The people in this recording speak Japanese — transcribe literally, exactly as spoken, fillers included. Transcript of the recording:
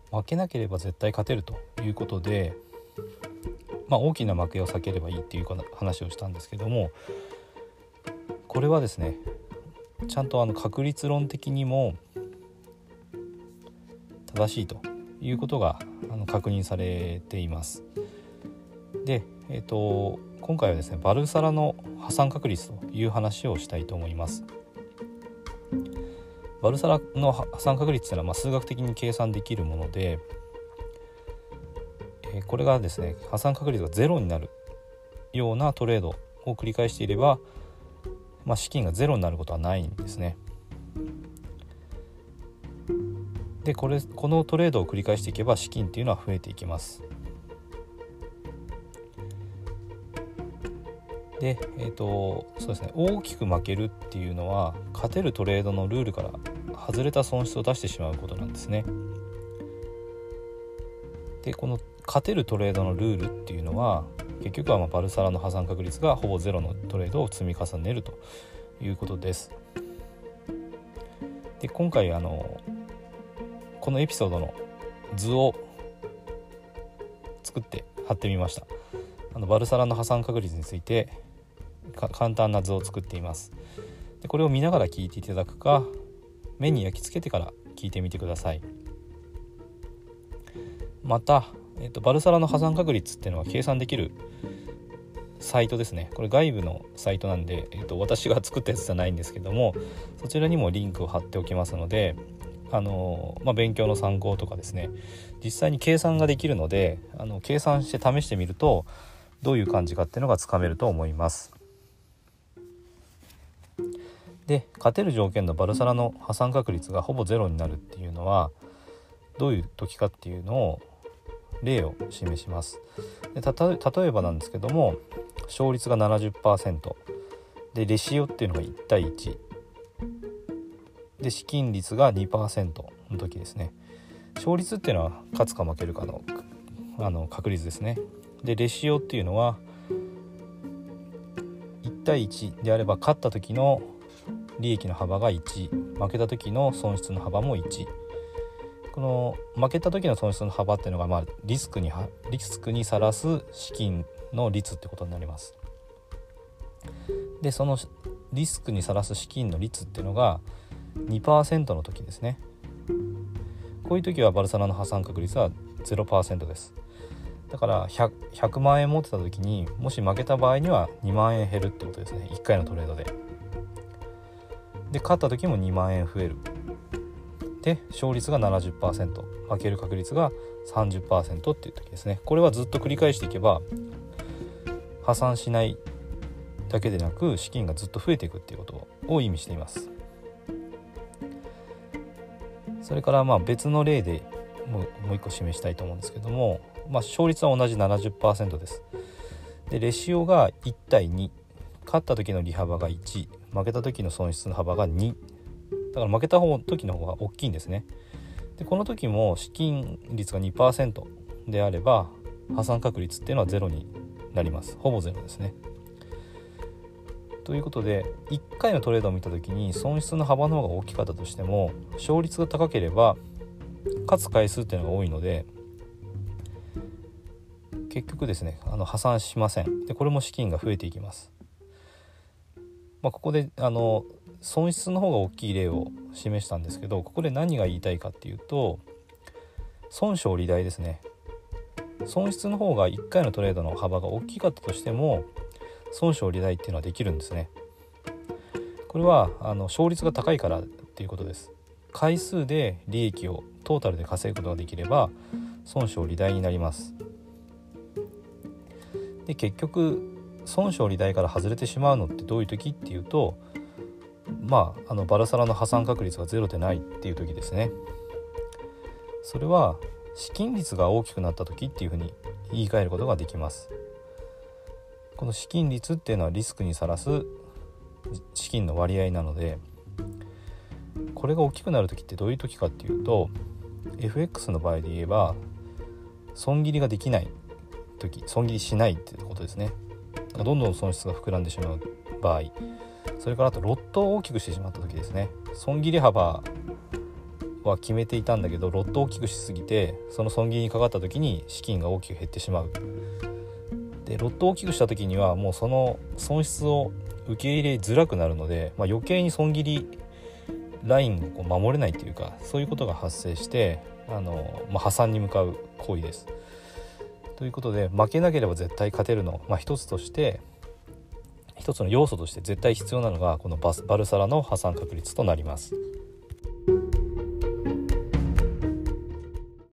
負けなければ絶対勝てるということで、まあ、大きな負けを避ければいいっていう話をしたんですけども、これはですねちゃんとあの確率論的にも正しいということがあの確認されています。で、えーと、今回はですねバルサラの破産確率という話をしたいと思います。バルサラの破産確率というのはまあ数学的に計算できるもので、えー、これがですね破産確率がゼロになるようなトレードを繰り返していれば、まあ、資金がゼロになることはないんですね。でこれこのトレードを繰り返していけば資金っていうのは増えていきます。で、えーと、そうですね大きく負けるっていうのは勝てるトレードのルールから外れた損失を出してしまうことなんですね。でこの勝てるトレードのルールっていうのは結局はまあバルサラの破産確率がほぼゼロのトレードを積み重ねるということです。で今回あのこのエピソードの図を作って貼ってみました。あのバルサラの破産確率について簡単な図を作っています。でこれを見ながら聞いていただくか目に焼き付けてから聞いてみてください。また、えっと、バルサラの破産確率っていうのは計算できるサイトですね。これ外部のサイトなんで、えっと、私が作ったやつじゃないんですけども、そちらにもリンクを貼っておきますので、あのまあ、勉強の参考とかですね、実際に計算ができるのであの計算して試してみるとどういう感じかっていうのがつかめると思います。で勝てる条件のバルサラの破産確率がほぼゼロになるっていうのはどういう時かっていうのを例を示します。でたと例えばなんですけども、勝率が ななじゅっパーセント でレシオっていうのがいち対いちで資金率が にパーセント の時ですね。勝率っていうのは勝つか負けるかの、あの確率ですね。でレシオっていうのはいち対いちであれば勝った時の利益の幅がいち、負けた時の損失の幅もいち。この負けた時の損失の幅っていうのが、まあ、リスクにリスクにさらす資金の率ってことになります。でそのリスクにさらす資金の率っていうのが にパーセント の時ですね。こういう時はバルサラの破産確率は ゼロパーセント です。だから 100, ひゃくまん円持ってた時にもし負けた場合にはにまん円減るってことですね。いっかいのトレードで。で勝った時もにまん円増える。で勝率が ななじゅっパーセント、 負ける確率が さんじゅっパーセント っていう時ですね。これはずっと繰り返していけば破産しないだけでなく資金がずっと増えていくっていうことを意味しています。それからまあ別の例でもう、もう一個示したいと思うんですけども、まあ、勝率は同じ ななじゅっパーセント です。でレシオがいち対に、勝った時の利幅がいち、負けた時の損失の幅がに、だから負けた方時の方が大きいんですね。でこの時も資金率が にパーセント であれば破産確率っていうのはゼロになります。ほぼゼロですね。ということでいっかいのトレードを見た時に損失の幅の方が大きかったとしても勝率が高ければ勝つ回数っていうのが多いので結局ですねあの破産しません。でこれも資金が増えていきます。まあ、ここであの損失の方が大きい例を示したんですけど、ここで何が言いたいかっていうと損傷利大ですね。損失の方がいっかいのトレードの幅が大きかったとしても損傷利大っていうのはできるんですね。これはあの勝率が高いからっていうことです。回数で利益をトータルで稼ぐことができれば損傷利大になります。で結局損傷利大から外れてしまうのってどういう時っていうと、まあ、あのバルサラの破産確率がゼロでないっていう時ですね。それは資金率が大きくなった時っていうふうに言い換えることができます。この資金率っていうのはリスクにさらす資金の割合なので、これが大きくなる時ってどういう時かっていうと エフエックス の場合で言えば損切りができない時、損切りしないっていうことですね。どんどん損失が膨らんでしまう場合、それからあとロットを大きくしてしまった時ですね。損切り幅は決めていたんだけど、ロットを大きくしすぎてその損切りにかかった時に資金が大きく減ってしまう。でロットを大きくした時にはもうその損失を受け入れづらくなるので、まあ、余計に損切りラインをこう守れないというか、そういうことが発生してあの、まあ、破産に向かう行為です。ということで負けなければ絶対勝てるの、まあ、一つとして一つの要素として絶対必要なのがこのバスバルサラの破産確率となります。